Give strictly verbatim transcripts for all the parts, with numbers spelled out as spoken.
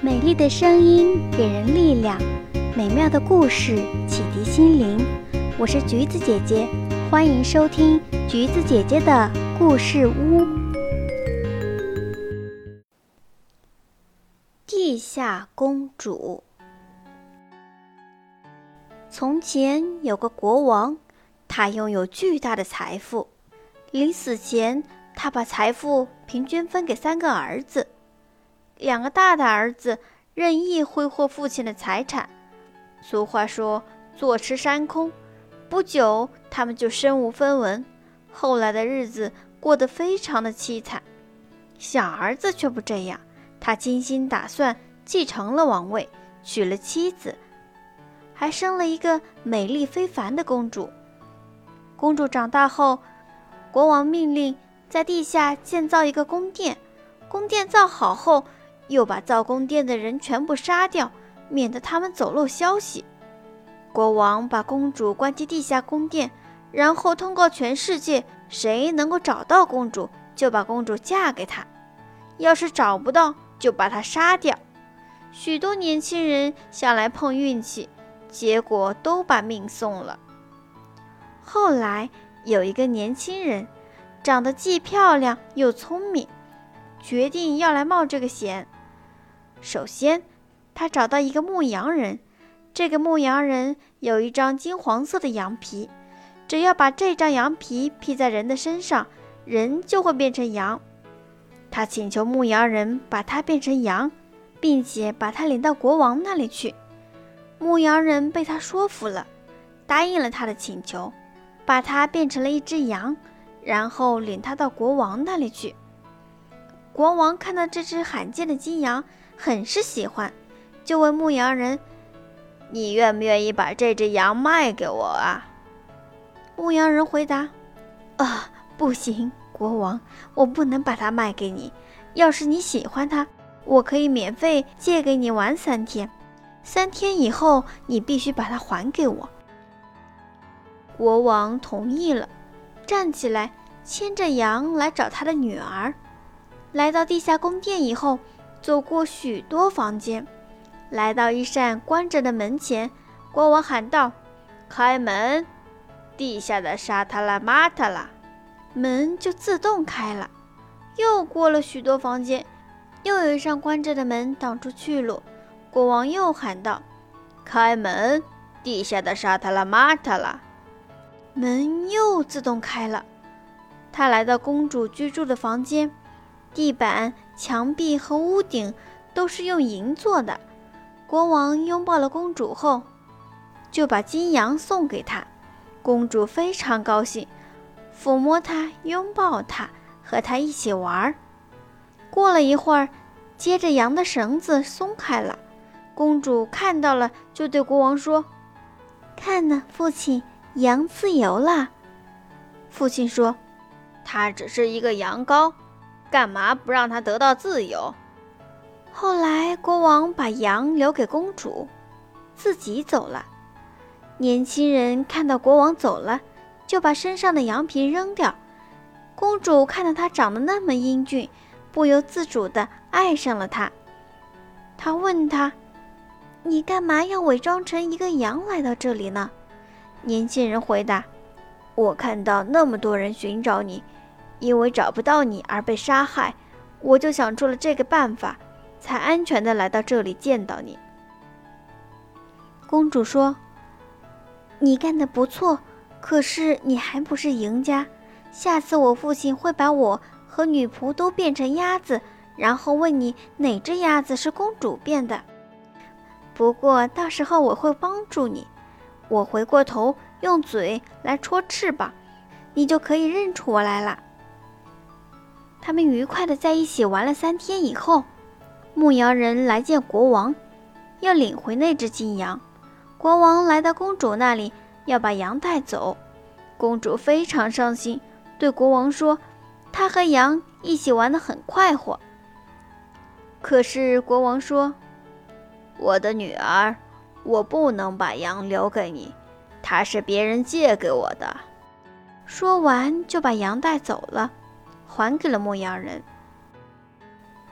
美丽的声音给人力量，美妙的故事启迪心灵。我是橘子姐姐，欢迎收听橘子姐姐的故事屋。地下公主。从前有个国王，他拥有巨大的财富。临死前，他把财富平均分给三个儿子。两个大的儿子任意挥霍父亲的财产，俗话说坐吃山空。不久，他们就身无分文，后来的日子过得非常的凄惨。小儿子却不这样，他精心打算继承了王位，娶了妻子，还生了一个美丽非凡的公主。公主长大后，国王命令在地下建造一个宫殿，宫殿造好后，又把造宫殿的人全部杀掉，免得他们走漏消息。国王把公主关进地下宫殿，然后通告全世界，谁能够找到公主，就把公主嫁给他；要是找不到，就把她杀掉。许多年轻人想来碰运气，结果都把命送了。后来有一个年轻人，长得既漂亮又聪明，决定要来冒这个险。首先，他找到一个牧羊人，这个牧羊人有一张金黄色的羊皮，只要把这张羊皮披在人的身上，人就会变成羊。他请求牧羊人把他变成羊，并且把他领到国王那里去。牧羊人被他说服了，答应了他的请求，把他变成了一只羊，然后领他到国王那里去。国王看到这只罕见的金羊，很是喜欢，就问牧羊人：你愿不愿意把这只羊卖给我啊？牧羊人回答：啊，不行，国王，我不能把它卖给你。要是你喜欢它，我可以免费借给你玩三天，三天以后你必须把它还给我。国王同意了，站起来牵着羊来找他的女儿。来到地下宫殿以后，走过许多房间，来到一扇关着的门前，国王喊道：开门！地下的沙塔拉玛塔拉。门就自动开了。又过了许多房间，又有一扇关着的门挡住去路，国王又喊道：开门！地下的沙塔拉玛塔拉。门又自动开了。他来到公主居住的房间，地板、墙壁和屋顶都是用银做的。国王拥抱了公主后，就把金羊送给她。公主非常高兴，抚摸她，拥抱她，和她一起玩。过了一会儿，接着羊的绳子松开了。公主看到了，就对国王说：看呢，父亲，羊自由了。父亲说：它只是一个羊羔，干嘛不让它得到自由？后来国王把羊留给公主，自己走了。年轻人看到国王走了，就把身上的羊皮扔掉。公主看到他长得那么英俊，不由自主地爱上了他。她问他：你干嘛要伪装成一个羊来到这里呢？年轻人回答：我看到那么多人寻找你，因为找不到你而被杀害，我就想出了这个办法，才安全地来到这里见到你。公主说：你干得不错，可是你还不是赢家。下次我父亲会把我和女仆都变成鸭子，然后问你哪只鸭子是公主变的。不过到时候我会帮助你，我回过头用嘴来戳翅膀，你就可以认出我来了。他们愉快地在一起玩了三天以后，牧羊人来见国王，要领回那只金羊。国王来到公主那里，要把羊带走。公主非常伤心，对国王说她和羊一起玩得很快活。可是国王说：我的女儿，我不能把羊留给你，它是别人借给我的。说完就把羊带走了，还给了牧羊人。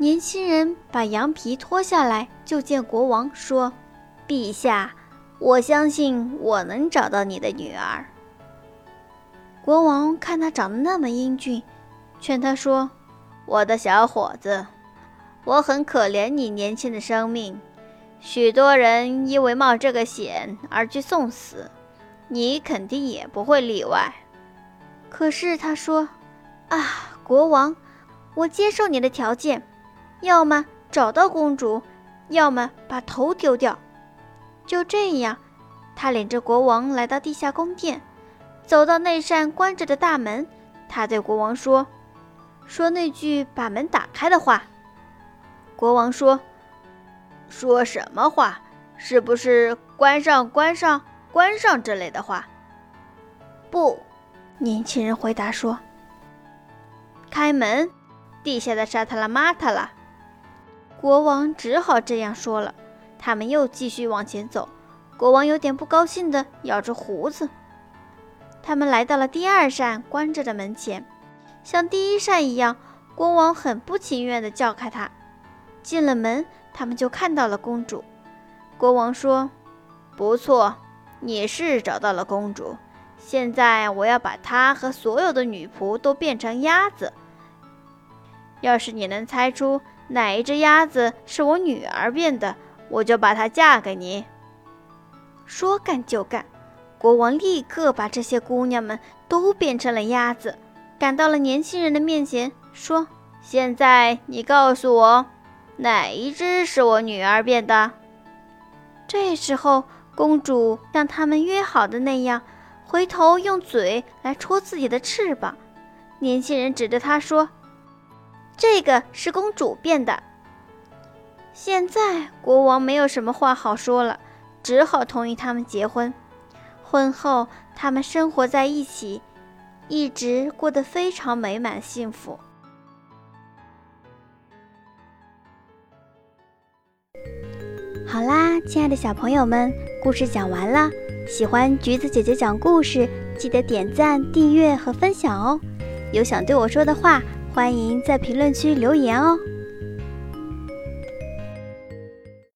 年轻人把羊皮脱下来，就见国王，说：“陛下，我相信我能找到你的女儿。”国王看她长得那么英俊，劝他说：“我的小伙子，我很可怜你年轻的生命，许多人因为冒这个险而去送死，你肯定也不会例外。”可是他说：“啊，国王，我接受你的条件，要么找到公主，要么把头丢掉。”就这样，他领着国王来到地下宫殿，走到那扇关着的大门，他对国王说：“说那句把门打开的话。”国王说：“说什么话？是不是关上关上关上之类的话？”“不。”年轻人回答说，“开门，地下的沙特拉玛塔拉。”国王只好这样说了。他们又继续往前走，国王有点不高兴地咬着胡子。他们来到了第二扇关着的门前，像第一扇一样，国王很不情愿地叫开它。进了门，他们就看到了公主。国王说：“不错，你是找到了公主。现在我要把她和所有的女仆都变成鸭子。要是你能猜出哪一只鸭子是我女儿变的，我就把她嫁给你。”说干就干，国王立刻把这些姑娘们都变成了鸭子，赶到了年轻人的面前，说：“现在你告诉我，哪一只是我女儿变的？”这时候，公主像他们约好的那样，回头用嘴来戳自己的翅膀。年轻人指着她说：“这个是公主变的。”现在国王没有什么话好说了，只好同意他们结婚。婚后，他们生活在一起，一直过得非常美满幸福。好啦，亲爱的小朋友们，故事讲完了。喜欢橘子姐姐讲故事，记得点赞、订阅和分享哦。有想对我说的话，欢迎在评论区留言哦。